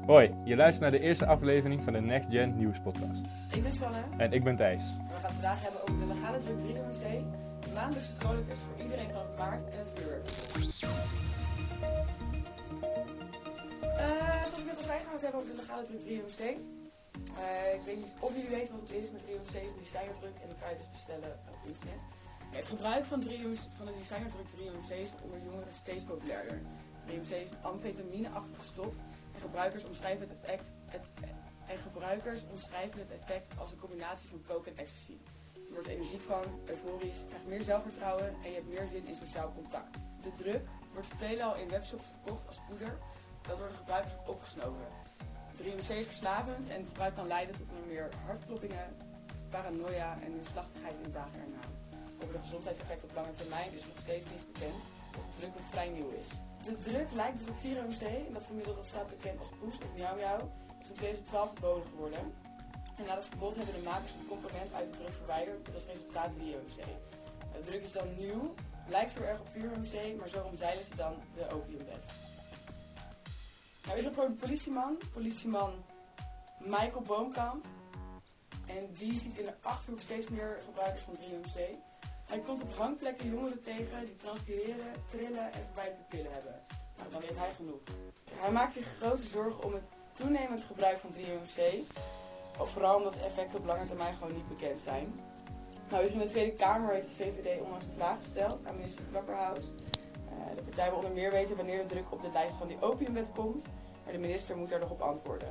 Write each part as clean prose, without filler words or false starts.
Hoi, je luistert naar de eerste aflevering van de Next Gen Nieuws podcast. Ik ben Sanne. En ik ben Thijs. We gaan het vandaag hebben over de legale druk 3 MC, de maandelijkse coronatest voor iedereen vanaf maart en het vuurwerk. Zoals ik net al zei, gaan we het hebben over de legale druk 3 MC. Ik weet niet of jullie weten wat het is met 3 MC, is een designerdruk en die kan je dus bestellen op internet. Het gebruik van de designerdruk 3 MC is onder jongeren steeds populairder. 3 MC is een amfetamine-achtige stof en gebruikers omschrijven het effect als een combinatie van coke en ecstasy. Je wordt energiek van, euforisch, krijgt meer zelfvertrouwen en je hebt meer zin in sociaal contact. De druk wordt veelal in webshops verkocht als poeder dat door de gebruikers wordt opgesnoven. 3MC is verslavend en het gebruik kan leiden tot meer hartkloppingen, paranoia en neerslachtigheid in de dagen erna. Over de gezondheidseffecten op lange termijn is nog steeds niets bekend, of de druk nog vrij nieuw is. De druk lijkt dus op 4MC en dat is een middel dat staat bekend als poes of miauw-miauw. Is in 2012 verboden geworden. En na dat verbod hebben de makers een component uit de druk verwijderd met als resultaat 3MC. De druk is dan nieuw, lijkt heel erg op 4MC, maar zo omzeilen ze dan de opiumwet. Nou is er voor een politieman Michael Boomkamp. En die ziet in de Achterhoek steeds meer gebruikers van 3MC. Hij komt op hangplekken jongeren tegen die transpireren, trillen en verwijderde pillen hebben. Nou, dan weet hij genoeg. Hij maakt zich grote zorgen om het toenemend gebruik van 3MC. Of vooral omdat de effecten op lange termijn gewoon niet bekend zijn. Nou is er in de Tweede Kamer heeft de VVD onlangs een vraag gesteld aan minister Grapperhaus. De partij wil onder meer weten wanneer de druk op de lijst van die opiumwet komt. Maar de minister moet daar nog op antwoorden.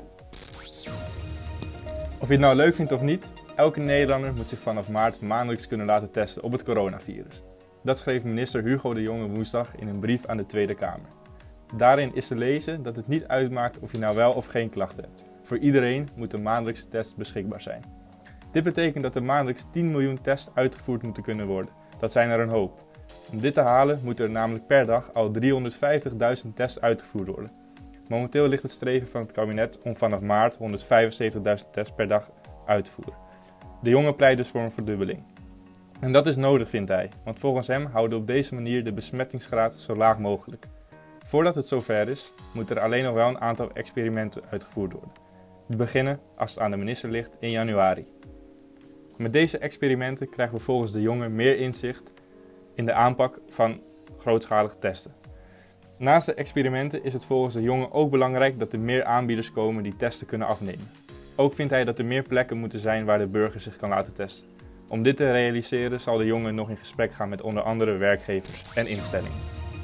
Of je het nou leuk vindt of niet, elke Nederlander moet zich vanaf maart maandelijks kunnen laten testen op het coronavirus. Dat schreef minister Hugo de Jonge woensdag in een brief aan de Tweede Kamer. Daarin is te lezen dat het niet uitmaakt of je nou wel of geen klachten hebt. Voor iedereen moet een maandelijkse test beschikbaar zijn. Dit betekent dat er maandelijks 10 miljoen tests uitgevoerd moeten kunnen worden. Dat zijn er een hoop. Om dit te halen moeten er namelijk per dag al 350.000 tests uitgevoerd worden. Momenteel ligt het streven van het kabinet om vanaf maart 175.000 tests per dag uit te voeren. De Jonge pleit dus voor een verdubbeling. En dat is nodig, vindt hij, want volgens hem houden we op deze manier de besmettingsgraad zo laag mogelijk. Voordat het zover is, moeten er alleen nog wel een aantal experimenten uitgevoerd worden. Die beginnen, als het aan de minister ligt, in januari. Met deze experimenten krijgen we volgens de Jonge meer inzicht in de aanpak van grootschalige testen. Naast de experimenten is het volgens de Jonge ook belangrijk dat er meer aanbieders komen die testen kunnen afnemen. Ook vindt hij dat er meer plekken moeten zijn waar de burger zich kan laten testen. Om dit te realiseren zal de Jonge nog in gesprek gaan met onder andere werkgevers en instellingen.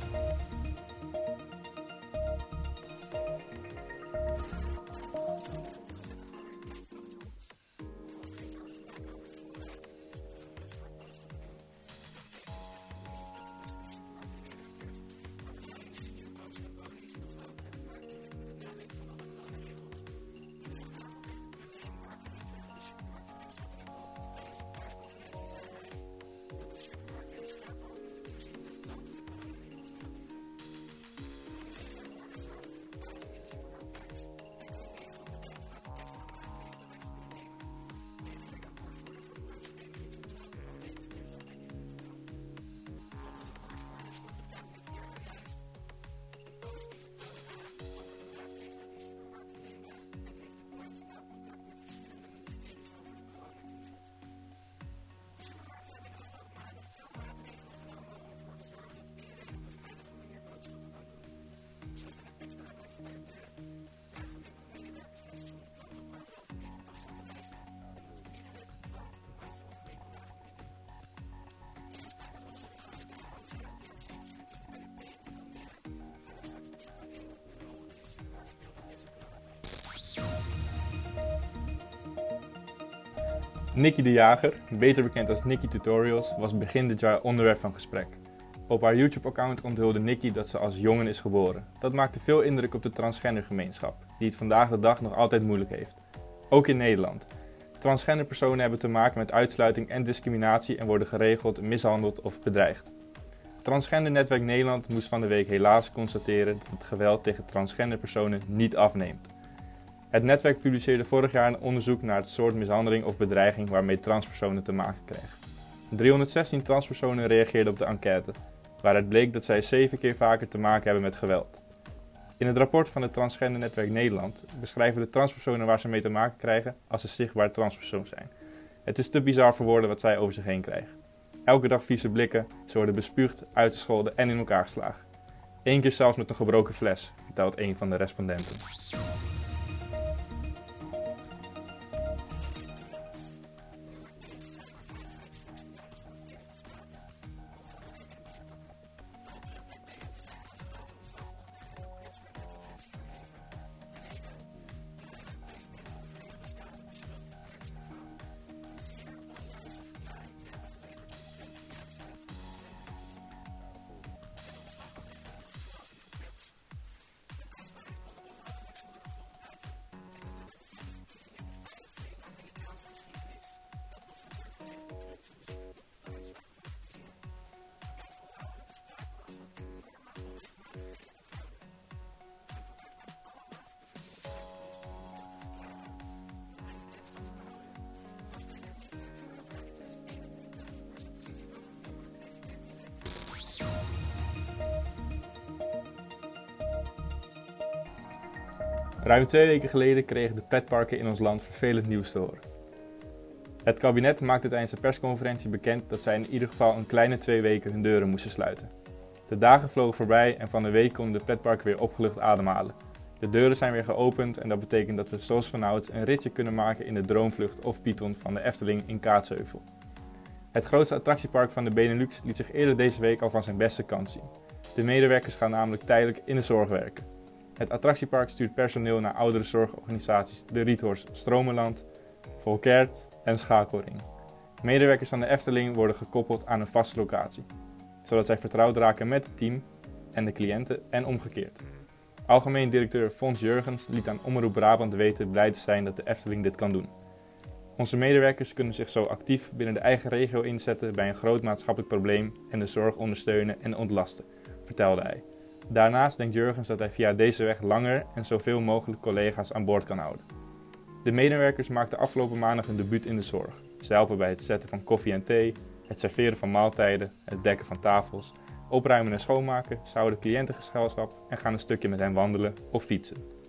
Nikki de Jager, beter bekend als Nikki Tutorials, was begin dit jaar onderwerp van gesprek. Op haar YouTube-account onthulde Nikki dat ze als jongen is geboren. Dat maakte veel indruk op de transgendergemeenschap, die het vandaag de dag nog altijd moeilijk heeft. Ook in Nederland. Transgender personen hebben te maken met uitsluiting en discriminatie en worden geregeld mishandeld of bedreigd. Transgender Netwerk Nederland moest van de week helaas constateren dat het geweld tegen transgender personen niet afneemt. Het netwerk publiceerde vorig jaar een onderzoek naar het soort mishandeling of bedreiging waarmee transpersonen te maken krijgen. 316 transpersonen reageerden op de enquête, waaruit bleek dat zij 7 keer vaker te maken hebben met geweld. In het rapport van het Transgender Netwerk Nederland beschrijven de transpersonen waar ze mee te maken krijgen als ze zichtbaar transpersoon zijn. Het is te bizar voor woorden wat zij over zich heen krijgen. Elke dag vieze blikken, ze worden bespuugd, uitgescholden en in elkaar geslagen. 1 keer zelfs met een gebroken fles, vertelt een van de respondenten. Ruim 2 weken geleden kregen de pretparken in ons land vervelend nieuws te horen. Het kabinet maakte tijdens de persconferentie bekend dat zij in ieder geval een kleine 2 weken hun deuren moesten sluiten. De dagen vlogen voorbij en van de week konden de pretparken weer opgelucht ademhalen. De deuren zijn weer geopend en dat betekent dat we zoals vanouds een ritje kunnen maken in de Droomvlucht of Python van de Efteling in Kaatsheuvel. Het grootste attractiepark van de Benelux liet zich eerder deze week al van zijn beste kant zien. De medewerkers gaan namelijk tijdelijk in de zorg werken. Het attractiepark stuurt personeel naar ouderenzorgorganisaties De Riethorst Stromenland, Volkert en Schakelring. Medewerkers van de Efteling worden gekoppeld aan een vaste locatie, zodat zij vertrouwd raken met het team en de cliënten en omgekeerd. Algemeen directeur Fons Jurgens liet aan Omroep Brabant weten blij te zijn dat de Efteling dit kan doen. Onze medewerkers kunnen zich zo actief binnen de eigen regio inzetten bij een groot maatschappelijk probleem en de zorg ondersteunen en ontlasten, vertelde hij. Daarnaast denkt Jurgens dat hij via deze weg langer en zoveel mogelijk collega's aan boord kan houden. De medewerkers maakten afgelopen maandag hun debuut in de zorg. Ze helpen bij het zetten van koffie en thee, het serveren van maaltijden, het dekken van tafels, opruimen en schoonmaken, ze houden cliëntengezelschap en gaan een stukje met hen wandelen of fietsen.